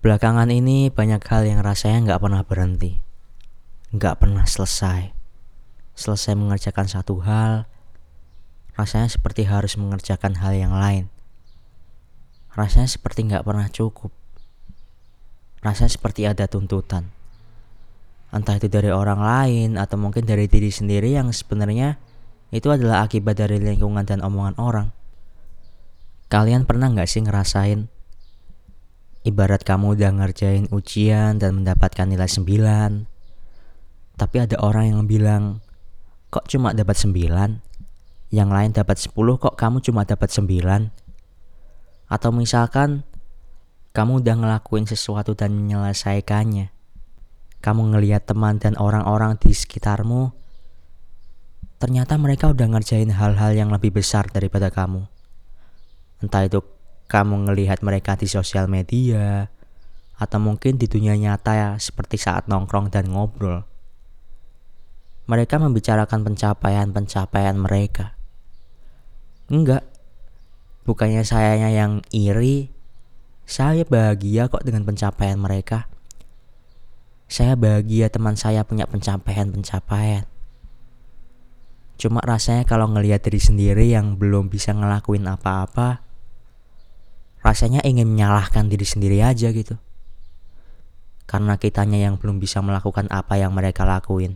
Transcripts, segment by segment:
Belakangan ini banyak hal yang rasanya gak pernah berhenti, gak pernah selesai. Selesai mengerjakan satu hal, rasanya seperti harus mengerjakan hal yang lain. Rasanya seperti gak pernah cukup. Rasanya seperti ada tuntutan. Entah itu dari orang lain atau mungkin dari diri sendiri yang sebenarnya itu adalah akibat dari lingkungan dan omongan orang. Kalian pernah gak sih ngerasain ibarat kamu udah ngerjain ujian dan mendapatkan nilai 9, tapi ada orang yang bilang, kok cuma dapat 9? Yang lain dapat 10, kok kamu cuma dapat 9? Atau misalkan kamu udah ngelakuin sesuatu dan menyelesaikannya. Kamu ngelihat teman dan orang-orang di sekitarmu, ternyata mereka udah ngerjain hal-hal yang lebih besar daripada kamu. Entah itu kamu ngelihat mereka di sosial media, atau mungkin di dunia nyata ya, seperti saat nongkrong dan ngobrol. Mereka membicarakan pencapaian-pencapaian mereka. Enggak, bukannya sayanya yang iri, saya bahagia kok dengan pencapaian mereka. Saya bahagia teman saya punya pencapaian-pencapaian. Cuma rasanya kalau ngelihat diri sendiri yang belum bisa ngelakuin apa-apa, rasanya ingin menyalahkan diri sendiri aja gitu. Karena kitanya yang belum bisa melakukan apa yang mereka lakuin.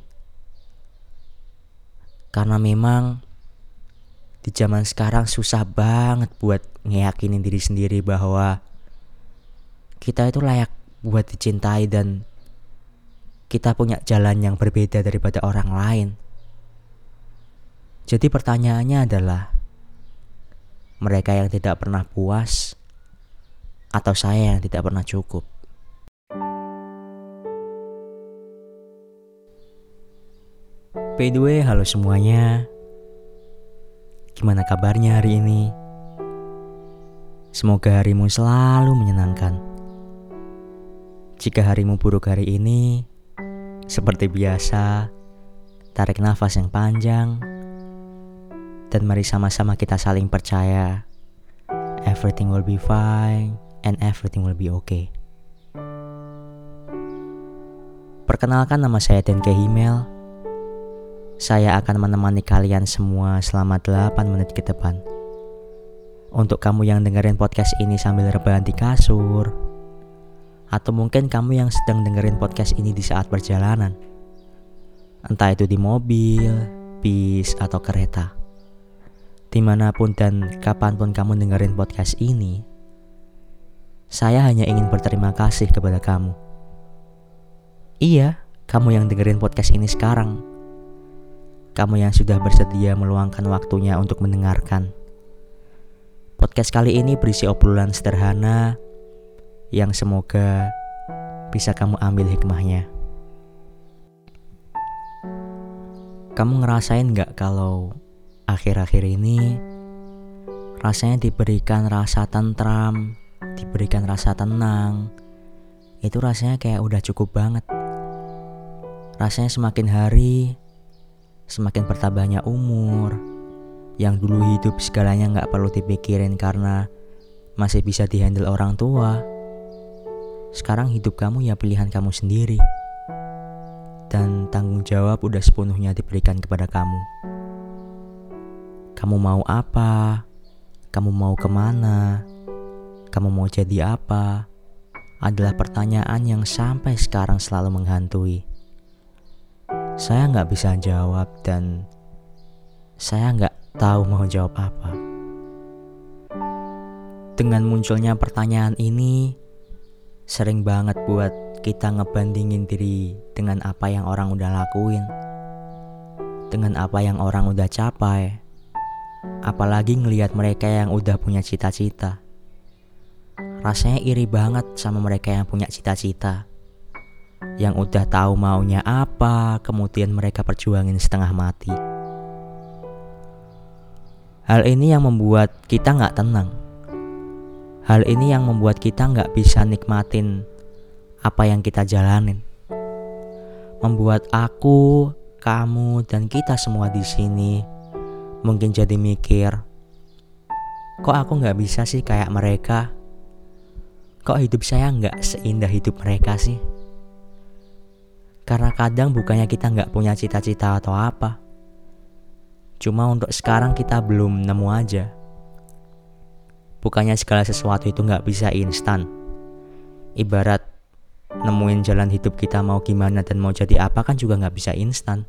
Karena memang di zaman sekarang susah banget buat ngeyakinin diri sendiri bahwa kita itu layak buat dicintai dan kita punya jalan yang berbeda daripada orang lain. Jadi pertanyaannya adalah, mereka yang tidak pernah puas atau saya yang tidak pernah cukup? By the way, halo semuanya. Gimana kabarnya hari ini? Semoga harimu selalu menyenangkan. Jika harimu buruk hari ini, seperti biasa, tarik nafas yang panjang, dan mari sama-sama kita saling percaya. Everything will be fine and everything will be okay. Perkenalkan, nama saya Denke Himel. Saya akan menemani kalian semua selama 8 menit ke depan. Untuk kamu yang dengerin podcast ini sambil rebahan di kasur, atau mungkin kamu yang sedang dengerin podcast ini di saat perjalanan, entah itu di mobil, bis, atau kereta. Dimanapun dan kapanpun kamu dengerin podcast ini, saya hanya ingin berterima kasih kepada kamu. Iya, kamu yang dengerin podcast ini sekarang. Kamu yang sudah bersedia meluangkan waktunya untuk mendengarkan. Podcast kali ini berisi obrolan sederhana yang semoga bisa kamu ambil hikmahnya. Kamu ngerasain gak kalau akhir-akhir ini rasanya diberikan rasa tentram, diberikan rasa tenang, itu rasanya kayak udah cukup banget. Rasanya semakin hari semakin bertambahnya umur. Yang dulu hidup segalanya gak perlu dipikirin karena masih bisa dihandle orang tua. Sekarang hidup kamu ya pilihan kamu sendiri, dan tanggung jawab udah sepenuhnya diberikan kepada kamu. Kamu mau apa? Kamu mau kemana? Kamu mau jadi apa? Adalah pertanyaan yang sampai sekarang selalu menghantui. Saya gak bisa jawab dan saya gak tahu mau jawab apa. Dengan munculnya pertanyaan ini, sering banget buat kita ngebandingin diri dengan apa yang orang udah lakuin, dengan apa yang orang udah capai. Apalagi ngelihat mereka yang udah punya cita-cita. Rasanya iri banget sama mereka yang punya cita-cita, yang udah tahu maunya apa, kemudian mereka perjuangin setengah mati. Hal ini yang membuat kita gak tenang. Hal ini yang membuat kita gak bisa nikmatin apa yang kita jalanin. Membuat aku, kamu, dan kita semua di sini mungkin jadi mikir, kok aku gak bisa sih kayak mereka? kok hidup saya nggak seindah hidup mereka sih? Karena kadang bukannya kita nggak punya cita-cita atau apa, cuma untuk sekarang kita belum nemu aja. Bukannya segala sesuatu itu nggak bisa instan. Ibarat nemuin jalan hidup kita mau gimana dan mau jadi apa kan juga nggak bisa instan.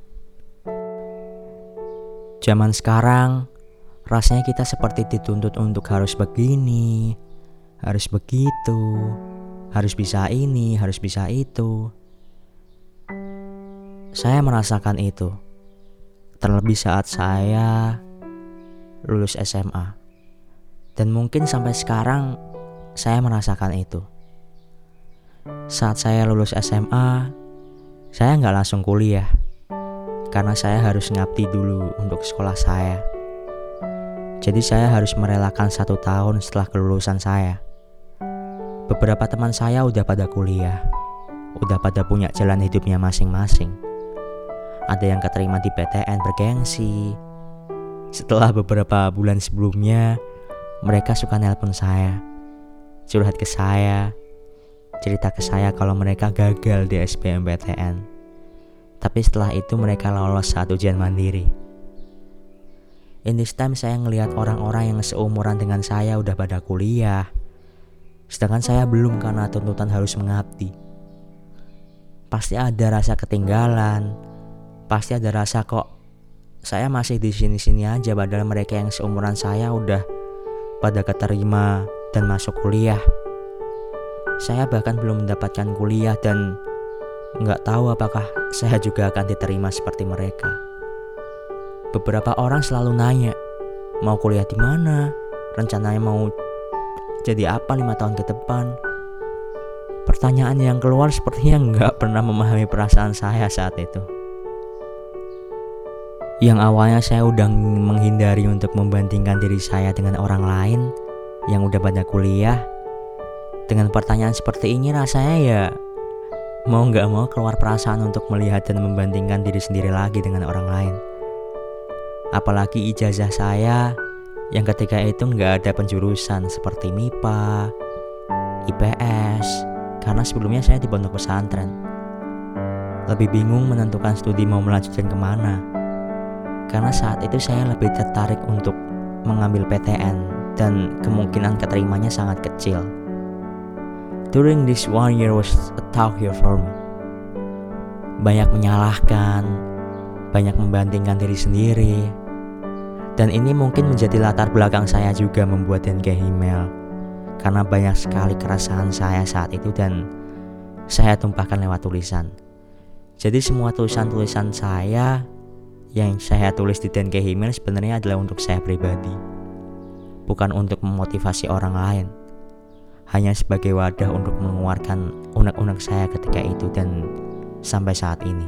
Zaman sekarang rasanya kita seperti dituntut untuk harus begini, harus begitu, harus bisa ini, harus bisa itu. Saya merasakan itu, terlebih saat saya lulus SMA. Dan mungkin sampai sekarang saya merasakan itu. Saat saya lulus SMA, saya nggak langsung kuliah, karena saya harus ngabdi dulu untuk sekolah saya. Jadi saya harus merelakan 1 tahun setelah kelulusan saya. Beberapa teman saya udah pada kuliah, udah pada punya jalan hidupnya masing-masing. Ada yang keterima di PTN bergengsi. Setelah beberapa bulan sebelumnya, mereka suka nelpon saya, curhat ke saya, cerita ke saya kalau mereka gagal di SBMPTN. Tapi setelah itu mereka lolos saat ujian mandiri. In this time saya ngelihat orang-orang yang seumuran dengan saya udah pada kuliah, sedangkan saya belum karena tuntutan harus mengabdi. Pasti ada rasa ketinggalan, pasti ada rasa kok saya masih di sini-sini aja, padahal mereka yang seumuran saya udah pada keterima dan masuk kuliah. Saya bahkan belum mendapatkan kuliah dan nggak tahu apakah saya juga akan diterima seperti mereka. Beberapa orang selalu nanya, mau kuliah di mana? Rencananya mau jadi apa 5 tahun ke depan? Pertanyaan yang keluar sepertinya nggak pernah memahami perasaan saya saat itu. Yang awalnya saya udah menghindari untuk membandingkan diri saya dengan orang lain yang udah pada kuliah, dengan pertanyaan seperti ini rasanya ya mau gak mau keluar perasaan untuk melihat dan membandingkan diri sendiri lagi dengan orang lain. Apalagi ijazah saya yang ketika itu gak ada penjurusan seperti MIPA, IPS, karena sebelumnya saya di pondok pesantren. Lebih bingung menentukan studi mau melanjutkan kemana, karena saat itu saya lebih tertarik untuk mengambil PTN dan kemungkinan keterimanya sangat kecil. During this 1 year was a tough year for me. Banyak menyalahkan, banyak membandingkan diri sendiri. Dan ini mungkin menjadi latar belakang saya juga membuat Denke Himmel, karena banyak sekali keresahan saya saat itu dan saya tumpahkan lewat tulisan. Jadi semua tulisan-tulisan saya yang saya tulis di Denke Himmel sebenarnya adalah untuk saya pribadi, bukan untuk memotivasi orang lain. Hanya sebagai wadah untuk mengeluarkan unek-unek saya ketika itu dan sampai saat ini.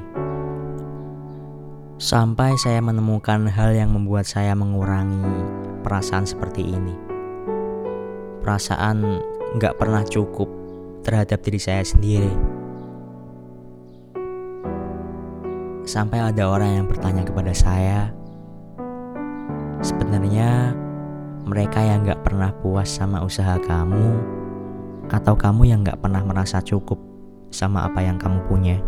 Sampai saya menemukan hal yang membuat saya mengurangi perasaan seperti ini. Perasaan gak pernah cukup terhadap diri saya sendiri. Sampai ada orang yang bertanya kepada saya, sebenarnya mereka yang gak pernah puas sama usaha kamu, atau kamu yang gak pernah merasa cukup sama apa yang kamu punya.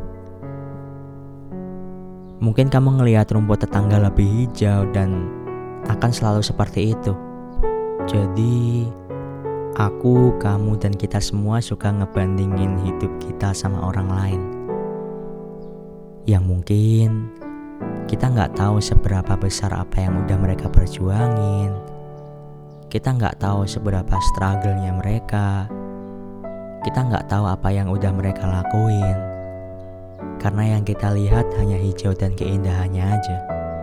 Mungkin kamu ngelihat rumput tetangga lebih hijau dan akan selalu seperti itu. Jadi aku, kamu, dan kita semua suka ngebandingin hidup kita sama orang lain, yang mungkin kita gak tahu seberapa besar apa yang udah mereka perjuangin. Kita gak tahu seberapa struggle-nya mereka. Kita gak tahu apa yang udah mereka lakuin, karena yang kita lihat hanya hijau dan keindahannya aja.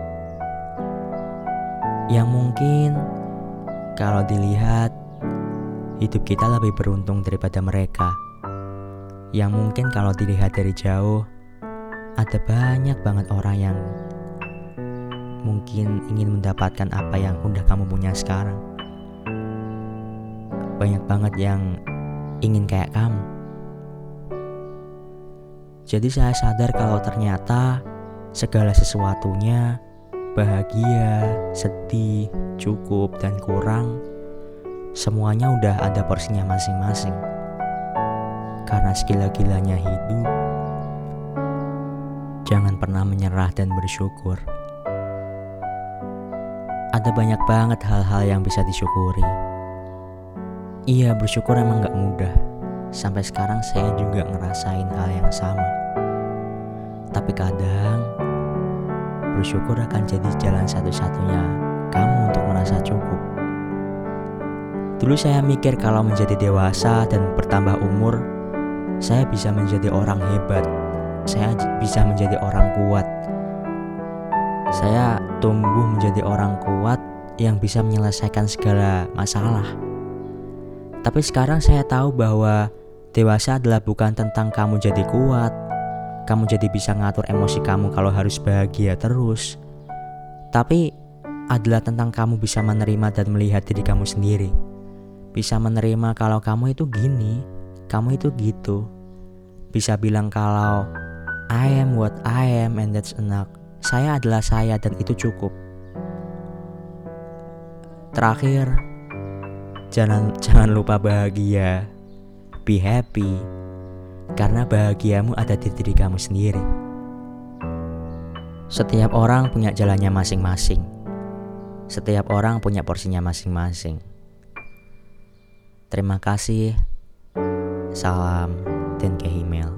Yang mungkin kalau dilihat, hidup kita lebih beruntung daripada mereka. Yang mungkin kalau dilihat dari jauh, ada banyak banget orang yang mungkin ingin mendapatkan apa yang udah kamu punya sekarang. Banyak banget yang ingin kayak kamu. Jadi saya sadar kalau ternyata segala sesuatunya, bahagia, sedih, cukup, dan kurang, semuanya udah ada porsinya masing-masing. Karena segila-gilanya hidup, jangan pernah menyerah dan bersyukur. Ada banyak banget hal-hal yang bisa disyukuri. Iya, bersyukur emang gak mudah. Sampai sekarang saya juga ngerasain hal yang sama. Tapi kadang bersyukur akan jadi jalan satu-satunya kamu untuk merasa cukup. Dulu saya mikir kalau menjadi dewasa dan bertambah umur, saya bisa menjadi orang hebat. Saya bisa menjadi orang kuat. Saya tumbuh menjadi orang kuat yang bisa menyelesaikan segala masalah. Tapi sekarang saya tahu bahwa dewasa adalah bukan tentang kamu jadi kuat, kamu jadi bisa ngatur emosi kamu kalau harus bahagia terus. Tapi adalah tentang kamu bisa menerima dan melihat diri kamu sendiri. Bisa menerima kalau kamu itu gini, kamu itu gitu. Bisa bilang kalau I am what I am and that's enough. Saya adalah saya dan itu cukup. Terakhir, jangan lupa bahagia. Be happy. Karena bahagiamu ada di diri kamu sendiri. Setiap orang punya jalannya masing-masing. Setiap orang punya porsinya masing-masing. Terima kasih. Salam Denke Himel.